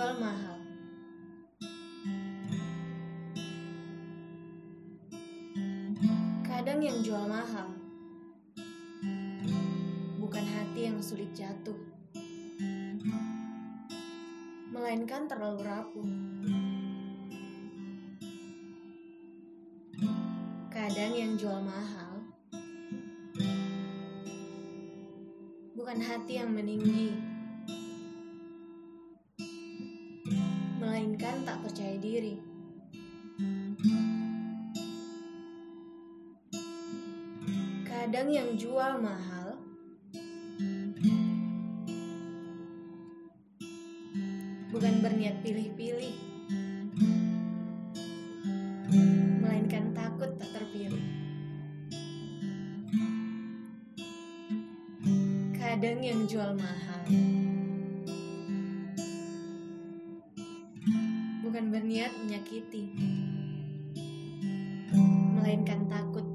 jual mahal. Kadang yang jual mahal bukan hati yang sulit jatuh, melainkan terlalu rapuh. Kadang yang jual mahal bukan hati yang meninggi, melainkan tak percaya diri. Kadang yang jual mahal bukan berniat pilih-pilih, melainkan takut tak terpilih. Kadang yang jual mahal bukan berniat menyakiti, melainkan takut